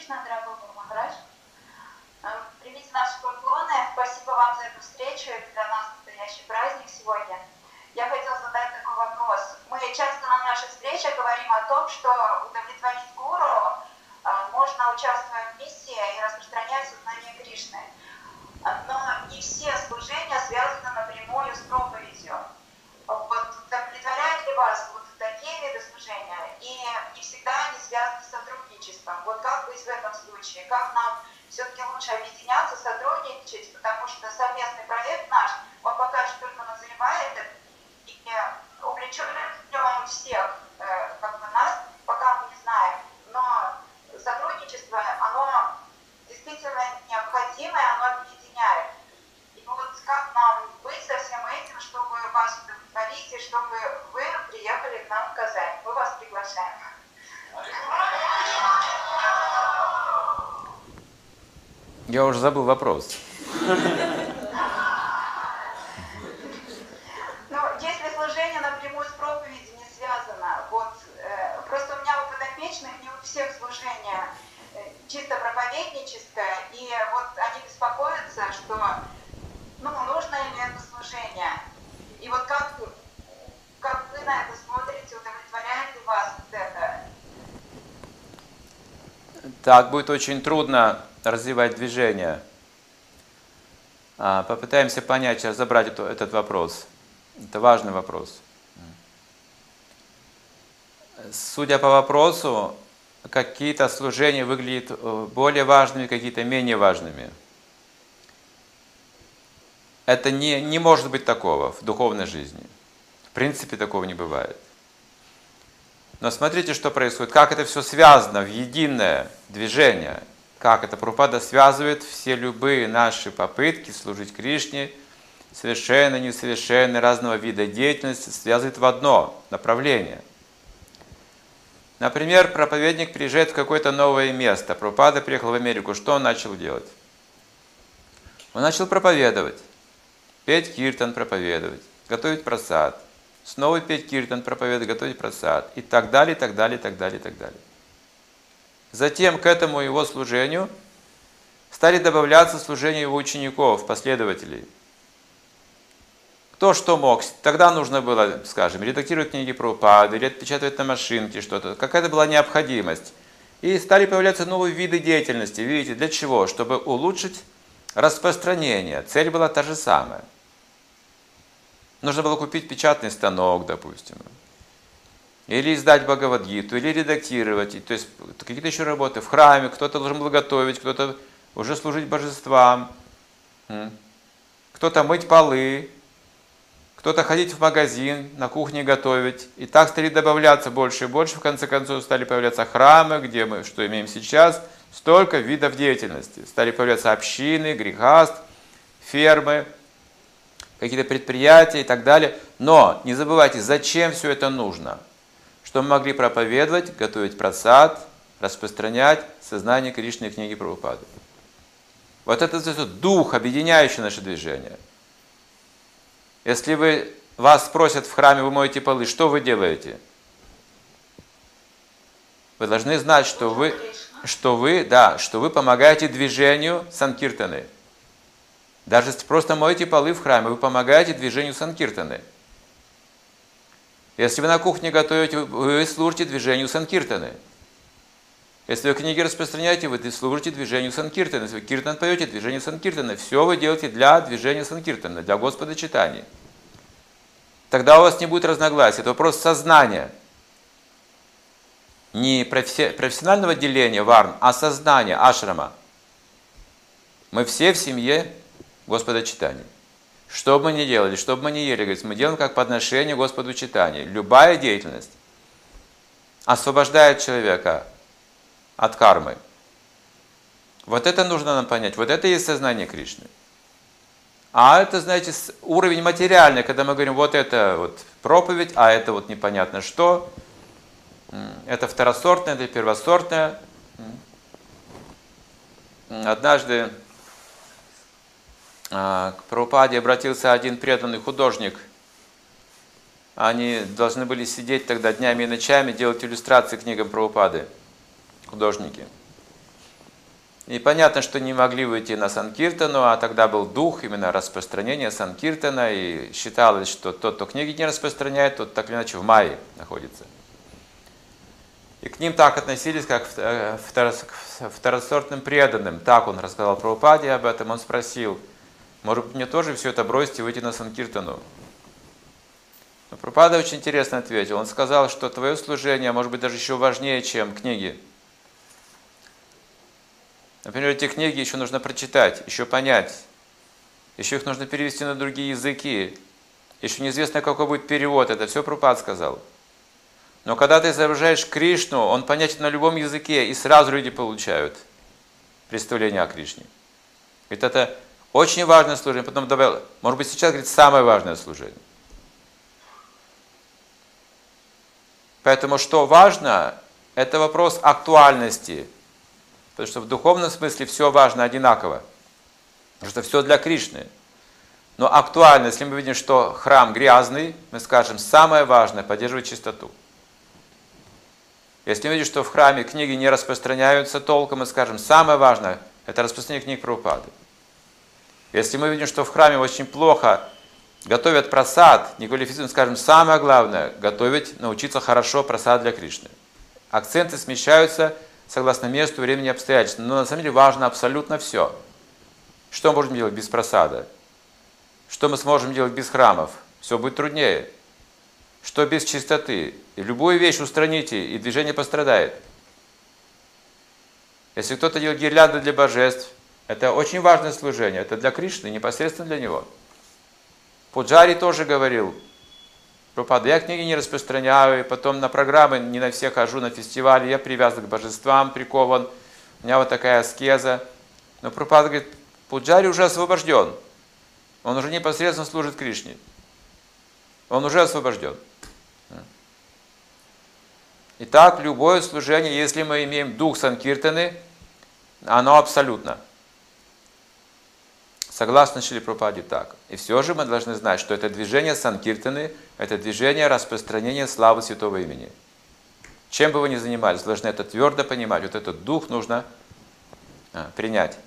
Кришна, дорогой Гуру Махарадж. Примите наши поклоны. Спасибо вам за эту встречу. Это для нас настоящий праздник сегодня. Я хотела задать такой вопрос. Мы часто на наших встречах говорим о том, что удовлетворить Гуру можно, участвуя в миссии и распространять сознание Кришны. Но не все служения связаны напрямую с проповедью. Вот удовлетворяют ли вас вот такие виды служения? И не всегда они связаны с сотрудничеством. Вот как быть в этом случае? Как нам все-таки лучше объединяться, сотрудничать, потому что совместный проект наш, он пока еще только назревает, и увлеченным всех, как бы нас, пока мы не знаем. Но сотрудничество, оно действительно необходимое, оно объединяет. И вот как нам быть со всем этим, чтобы вас удовлетворить, и чтобы вы приехали к нам в Казань? Мы вас приглашаем. Я уже забыл вопрос. Ну, если служение напрямую с проповедью не связано, вот, просто у меня у подопечных не у всех служение чисто проповедническое, и вот они беспокоятся, что, ну, нужно ли это служение. И вот как вы на это смотрите, удовлетворяет ли вас вот это? Так, будет очень трудно развивать движение. Попытаемся понять, разобрать этот вопрос. Это важный вопрос. Судя по вопросу, какие-то служения выглядят более важными, какие-то менее важными. Это не может быть такого в духовной жизни. В принципе, такого не бывает. Но смотрите, что происходит, как это все связано в единое движение, как это Прабхупада связывает все любые наши попытки служить Кришне, совершенно, несовершенно, разного вида деятельности, связывает в одно направление. Например, проповедник приезжает в какое-то новое место. Прабхупада приехал в Америку. Что он начал делать? Он начал проповедовать, петь киртан, проповедовать, готовить прасад. Снова петь киртан, проповедовать, готовить прасад. И так далее, и так далее, и так далее, и так далее. Затем к этому его служению стали добавляться служения его учеников, последователей. Кто что мог. Тогда нужно было, скажем, редактировать книги Прабхупады, или отпечатывать на машинке что-то. Какая-то была необходимость. И стали появляться новые виды деятельности. Видите, для чего? Чтобы улучшить распространение. Цель была та же самая. Нужно было купить печатный станок, допустим. Или издать Бхагавад-гиту, или редактировать. То есть какие-то еще работы в храме. Кто-то должен был готовить, кто-то уже служить божествам. Кто-то мыть полы. Кто-то ходить в магазин, на кухне готовить. И так стали добавляться больше и больше. В конце концов стали появляться храмы, где мы что имеем сейчас. Столько видов деятельности. Стали появляться общины, грехаст, фермы, какие-то предприятия и так далее. Но не забывайте, зачем все это нужно? Чтобы мы могли проповедовать, готовить прасад, распространять сознание Кришны и книги Прабхупады. Вот это дух, объединяющий наше движение. Если вас спросят в храме, вы моете полы, что вы делаете? Вы должны знать, что вы помогаете движению санкиртаны. Даже если просто моете полы в храме, вы помогаете движению санкиртаны. Если вы на кухне готовите, вы служите движению санкиртаны. Если вы книги распространяете, вы служите движению санкиртаны. Если вы киртан поете, движение санкиртаны. Все вы делаете для движения санкиртаны, для Господа читания. Тогда у вас не будет разногласий. Это вопрос сознания. Не профессионального деления варн, а сознания, ашрама. Мы все в семье Господа читания. Что бы мы ни делали, что бы мы ни ели, говорит, мы делаем как подношение Господу читания. Любая деятельность освобождает человека от кармы. Вот это нужно нам понять. Вот это и есть сознание Кришны. А это, знаете, уровень материальный, когда мы говорим, вот это вот проповедь, а это вот непонятно что. Это второсортное, это первосортное. Однажды к Прабхупаде обратился один преданный художник. Они должны были сидеть тогда днями и ночами, делать иллюстрации к книгам Прабхупады, художники. И понятно, что не могли выйти на Санкиртану, а тогда был дух именно распространения Санкиртана, и считалось, что тот, кто книги не распространяет, тот так или иначе в майе находится. И к ним так относились, как к второсортным преданным. Так он рассказал Прабхупаде об этом, он спросил, может быть, мне тоже все это бросить и выйти на Санкиртану? Но Прабхупада очень интересно ответил. Он сказал, что твое служение может быть даже еще важнее, чем книги. Например, эти книги еще нужно прочитать, еще понять. Еще их нужно перевести на другие языки. Еще неизвестно, какой будет перевод. Это все Прабхупада сказал. Но когда ты изображаешь Кришну, он понятен на любом языке, и сразу люди получают представление о Кришне. Ведь это очень важное служение. Потом добавил, может быть, сейчас, говорит, самое важное служение. Поэтому что важно, это вопрос актуальности. Потому что в духовном смысле все важно одинаково. Потому что все для Кришны. Но актуально, если мы видим, что храм грязный, мы скажем, самое важное – поддерживать чистоту. Если мы видим, что в храме книги не распространяются толком, мы скажем, самое важное – это распространение книг Прабхупады. Если мы видим, что в храме очень плохо готовят прасад, неквалифицированно, скажем, самое главное – готовить, научиться хорошо прасад для Кришны. Акценты смещаются согласно месту, времени, обстоятельствам. Но на самом деле важно абсолютно все. Что мы можем делать без прасада? Что мы сможем делать без храмов? Все будет труднее. Что без чистоты? И любую вещь устраните, и движение пострадает. Если кто-то делает гирлянды для божеств, это очень важное служение. Это для Кришны, непосредственно для него. Пуджари тоже говорил, Прабхупада, я книги не распространяю, и потом на программы не на все хожу, на фестивали, я привязан к божествам, прикован, у меня вот такая аскеза. Но Прабхупада говорит, Пуджари уже освобожден, он уже непосредственно служит Кришне, он уже освобожден. Итак, любое служение, если мы имеем дух Санкиртаны, оно абсолютно. Согласно Шриле Прабхупаде так. И все же мы должны знать, что это движение Санкиртаны, это движение распространения славы святого имени. Чем бы вы ни занимались, должны это твердо понимать. Вот этот дух нужно принять.